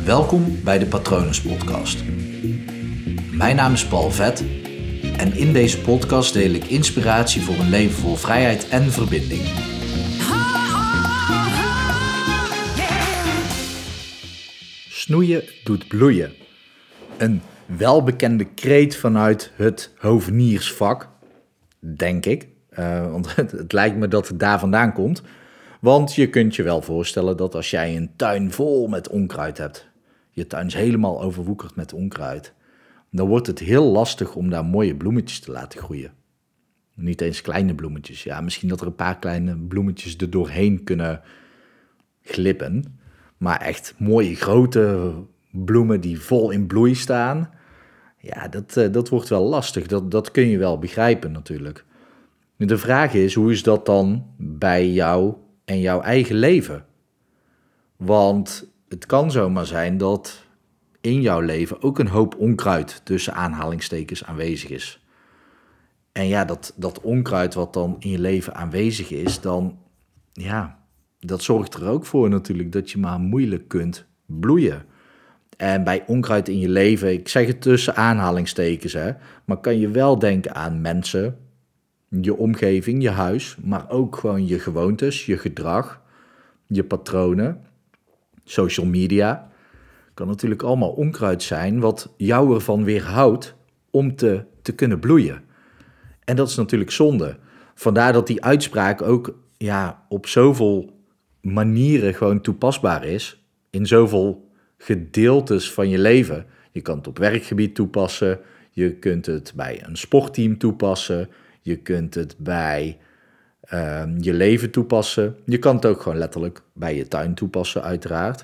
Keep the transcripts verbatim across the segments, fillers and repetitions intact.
Welkom bij de Patronus Podcast. Mijn naam is Paul Vet en in deze podcast deel ik inspiratie voor een leven vol vrijheid en verbinding. Snoeien doet bloeien. Een welbekende kreet vanuit het hoveniersvak, denk ik. Uh, want het, het lijkt me dat het daar vandaan komt. Want je kunt je wel voorstellen dat als jij een tuin vol met onkruid hebt, je tuin is helemaal overwoekerd met onkruid, dan wordt het heel lastig om daar mooie bloemetjes te laten groeien. Niet eens kleine bloemetjes. Ja, misschien dat er een paar kleine bloemetjes er doorheen kunnen glippen. Maar echt mooie grote bloemen die vol in bloei staan, ja, dat, uh, dat wordt wel lastig. Dat, dat kun je wel begrijpen natuurlijk. De vraag is, hoe is dat dan bij jou en jouw eigen leven? Want het kan zomaar zijn dat in jouw leven ook een hoop onkruid tussen aanhalingstekens aanwezig is. En ja, dat, dat onkruid wat dan in je leven aanwezig is, dan, ja, dat zorgt er ook voor natuurlijk dat je maar moeilijk kunt bloeien. En bij onkruid in je leven, ik zeg het tussen aanhalingstekens, hè, maar kan je wel denken aan mensen, je omgeving, je huis, maar ook gewoon je gewoontes, je gedrag, je patronen, social media. Kan natuurlijk allemaal onkruid zijn wat jou ervan weerhoudt om te, te kunnen bloeien. En dat is natuurlijk zonde. Vandaar dat die uitspraak ook ja, op zoveel manieren gewoon toepasbaar is, in zoveel gedeeltes van je leven. Je kan het op werkgebied toepassen, je kunt het bij een sportteam toepassen, je kunt het bij uh, je leven toepassen. Je kan het ook gewoon letterlijk bij je tuin toepassen, uiteraard.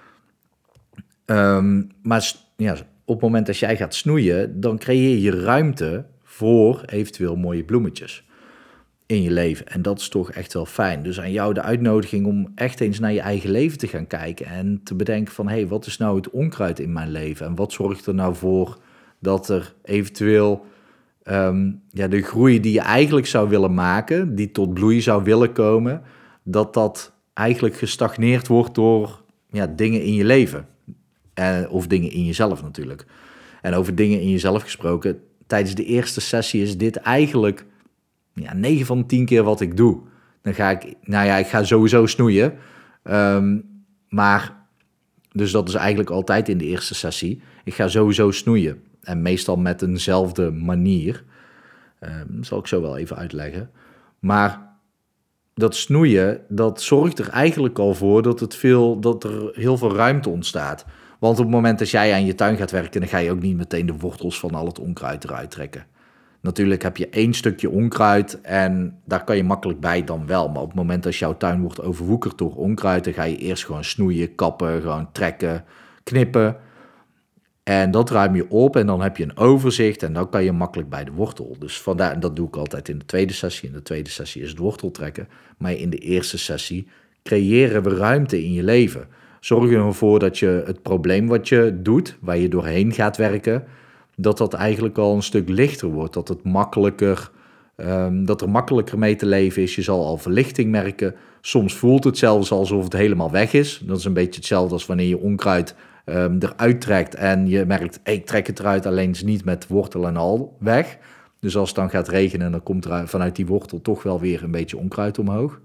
Um, maar ja, op het moment dat jij gaat snoeien, dan creëer je ruimte voor eventueel mooie bloemetjes in je leven. En dat is toch echt wel fijn. Dus aan jou de uitnodiging om echt eens naar je eigen leven te gaan kijken en te bedenken van, hé, hey, wat is nou het onkruid in mijn leven? En wat zorgt er nou voor dat er eventueel Um, ja, de groei die je eigenlijk zou willen maken, die tot bloei zou willen komen, dat dat eigenlijk gestagneerd wordt door ja, dingen in je leven. Uh, of dingen in jezelf natuurlijk. En over dingen in jezelf gesproken, tijdens de eerste sessie is dit eigenlijk ja, negen van de tien keer wat ik doe. Dan ga ik, nou ja, ik ga sowieso snoeien. Um, maar, dus dat is eigenlijk altijd in de eerste sessie. Ik ga sowieso snoeien. En meestal met eenzelfde manier. Uh, dat zal ik zo wel even uitleggen. Maar dat snoeien, dat zorgt er eigenlijk al voor dat, het veel, dat er heel veel ruimte ontstaat. Want op het moment dat jij aan je tuin gaat werken, dan ga je ook niet meteen de wortels van al het onkruid eruit trekken. Natuurlijk heb je één stukje onkruid en daar kan je makkelijk bij dan wel. Maar op het moment dat jouw tuin wordt overwoekerd door onkruid, dan ga je eerst gewoon snoeien, kappen, gewoon trekken, knippen. En dat ruim je op en dan heb je een overzicht en dan kan je makkelijk bij de wortel. Dus vandaar, en dat doe ik altijd in de tweede sessie. In de tweede sessie is het wortel trekken. Maar in de eerste sessie creëren we ruimte in je leven. Zorg ervoor dat je het probleem wat je doet, waar je doorheen gaat werken, dat dat eigenlijk al een stuk lichter wordt. Dat het makkelijker, um, dat er makkelijker mee te leven is. Je zal al verlichting merken. Soms voelt het zelfs alsof het helemaal weg is. Dat is een beetje hetzelfde als wanneer je onkruid Um, eruit trekt en je merkt, hey, ik trek het eruit, alleen is niet met wortel en al weg. Dus als het dan gaat regenen, dan komt er vanuit die wortel toch wel weer een beetje onkruid omhoog.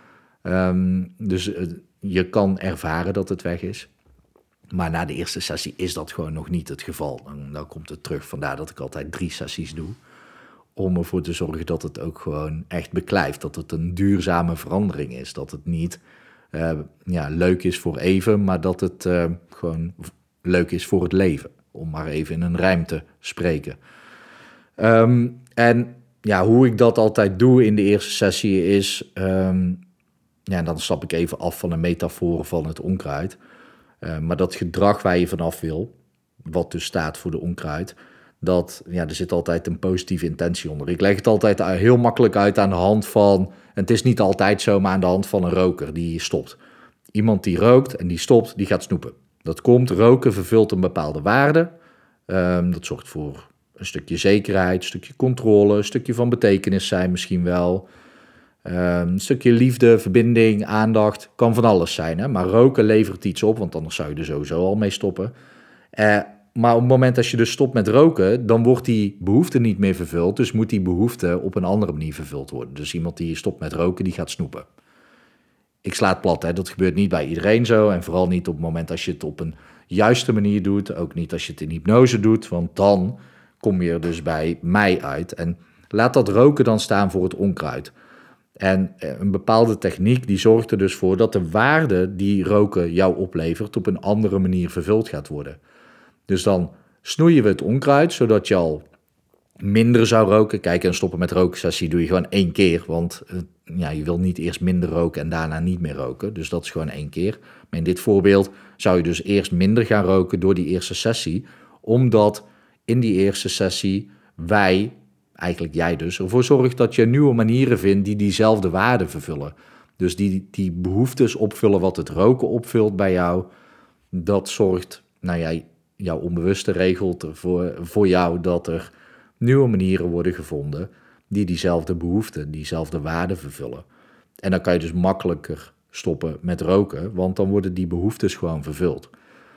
Um, dus uh, je kan ervaren dat het weg is. Maar na de eerste sessie is dat gewoon nog niet het geval. Dan, dan komt het terug, vandaar dat ik altijd drie sessies doe. Om ervoor te zorgen dat het ook gewoon echt beklijft. Dat het een duurzame verandering is. Dat het niet Uh, ja, leuk is voor even, maar dat het uh, gewoon leuk is voor het leven. Om maar even in een rijm te spreken. Um, en ja, hoe ik dat altijd doe in de eerste sessie is, Um, ja, dan stap ik even af van een metafoor van het onkruid. Uh, maar dat gedrag waar je vanaf wil, wat dus staat voor de onkruid, dat, ja, er zit altijd een positieve intentie onder. Ik leg het altijd heel makkelijk uit aan de hand van, en het is niet altijd zo, maar aan de hand van een roker die stopt. Iemand die rookt en die stopt, die gaat snoepen. Dat komt, roken vervult een bepaalde waarde. Um, dat zorgt voor een stukje zekerheid, een stukje controle, een stukje van betekenis zijn misschien wel. Uh, een stukje liefde, verbinding, aandacht, kan van alles zijn. Hè? Maar roken levert iets op, want anders zou je er sowieso al mee stoppen. Uh, maar op het moment dat je dus stopt met roken, dan wordt die behoefte niet meer vervuld. Dus moet die behoefte op een andere manier vervuld worden. Dus iemand die stopt met roken, die gaat snoepen. Ik sla het plat, hè? Dat gebeurt niet bij iedereen zo. En vooral niet op het moment als je het op een juiste manier doet. Ook niet als je het in hypnose doet, want dan kom je er dus bij mij uit. En laat dat roken dan staan voor het onkruid. En een bepaalde techniek die zorgt er dus voor dat de waarde die roken jou oplevert op een andere manier vervuld gaat worden. Dus dan snoeien we het onkruid, zodat je al minder zou roken. Kijk, een stoppen met roken sessie doe je gewoon één keer, want uh, ja, je wil niet eerst minder roken en daarna niet meer roken. Dus dat is gewoon één keer. Maar in dit voorbeeld zou je dus eerst minder gaan roken door die eerste sessie, omdat in die eerste sessie wij, eigenlijk jij dus, ervoor zorgt dat je nieuwe manieren vindt die diezelfde waarde vervullen. Dus die, die behoeftes opvullen wat het roken opvult bij jou, dat zorgt, nou ja, jouw onbewuste regelt ervoor voor jou dat er nieuwe manieren worden gevonden die diezelfde behoeften, diezelfde waarde vervullen. En dan kan je dus makkelijker stoppen met roken, want dan worden die behoeftes gewoon vervuld.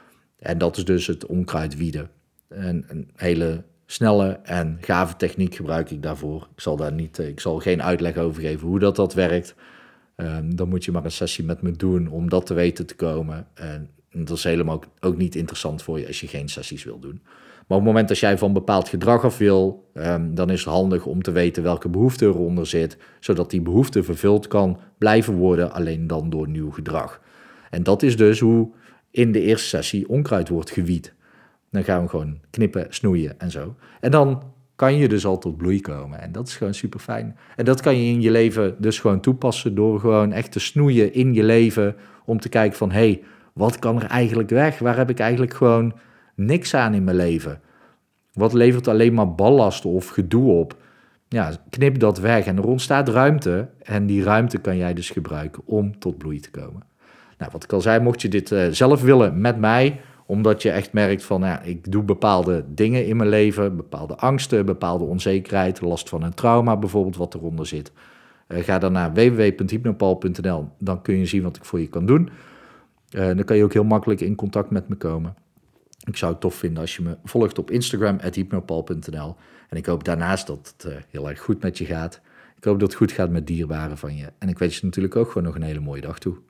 En dat is dus het onkruid wieden. En een hele snelle en gave techniek gebruik ik daarvoor. Ik zal daar niet, ik zal geen uitleg over geven hoe dat, dat werkt. Um, dan moet je maar een sessie met me doen om dat te weten te komen. En dat is helemaal ook, ook niet interessant voor je als je geen sessies wil doen. Maar op het moment dat jij van bepaald gedrag af wil, um, dan is het handig om te weten welke behoefte eronder zit, zodat die behoefte vervuld kan blijven worden, alleen dan door nieuw gedrag. En dat is dus hoe in de eerste sessie onkruid wordt gewied. Dan gaan we gewoon knippen, snoeien en zo. En dan kan je dus al tot bloei komen. En dat is gewoon super fijn. En dat kan je in je leven dus gewoon toepassen door gewoon echt te snoeien in je leven, om te kijken van, hé, hey, wat kan er eigenlijk weg? Waar heb ik eigenlijk gewoon niks aan in mijn leven? Wat levert alleen maar ballast of gedoe op? Ja, knip dat weg en er ontstaat ruimte. En die ruimte kan jij dus gebruiken om tot bloei te komen. Nou, wat ik al zei, mocht je dit uh, zelf willen met mij, omdat je echt merkt van, ja, ik doe bepaalde dingen in mijn leven, bepaalde angsten, bepaalde onzekerheid, last van een trauma bijvoorbeeld, wat eronder zit. Uh, ga dan naar w w w punt hypnopal punt n l, dan kun je zien wat ik voor je kan doen. Uh, dan kan je ook heel makkelijk in contact met me komen. Ik zou het tof vinden als je me volgt op Instagram, at hypnopal punt n l. En ik hoop daarnaast dat het uh, heel erg goed met je gaat. Ik hoop dat het goed gaat met dierbaren van je. En ik wens je natuurlijk ook gewoon nog een hele mooie dag toe.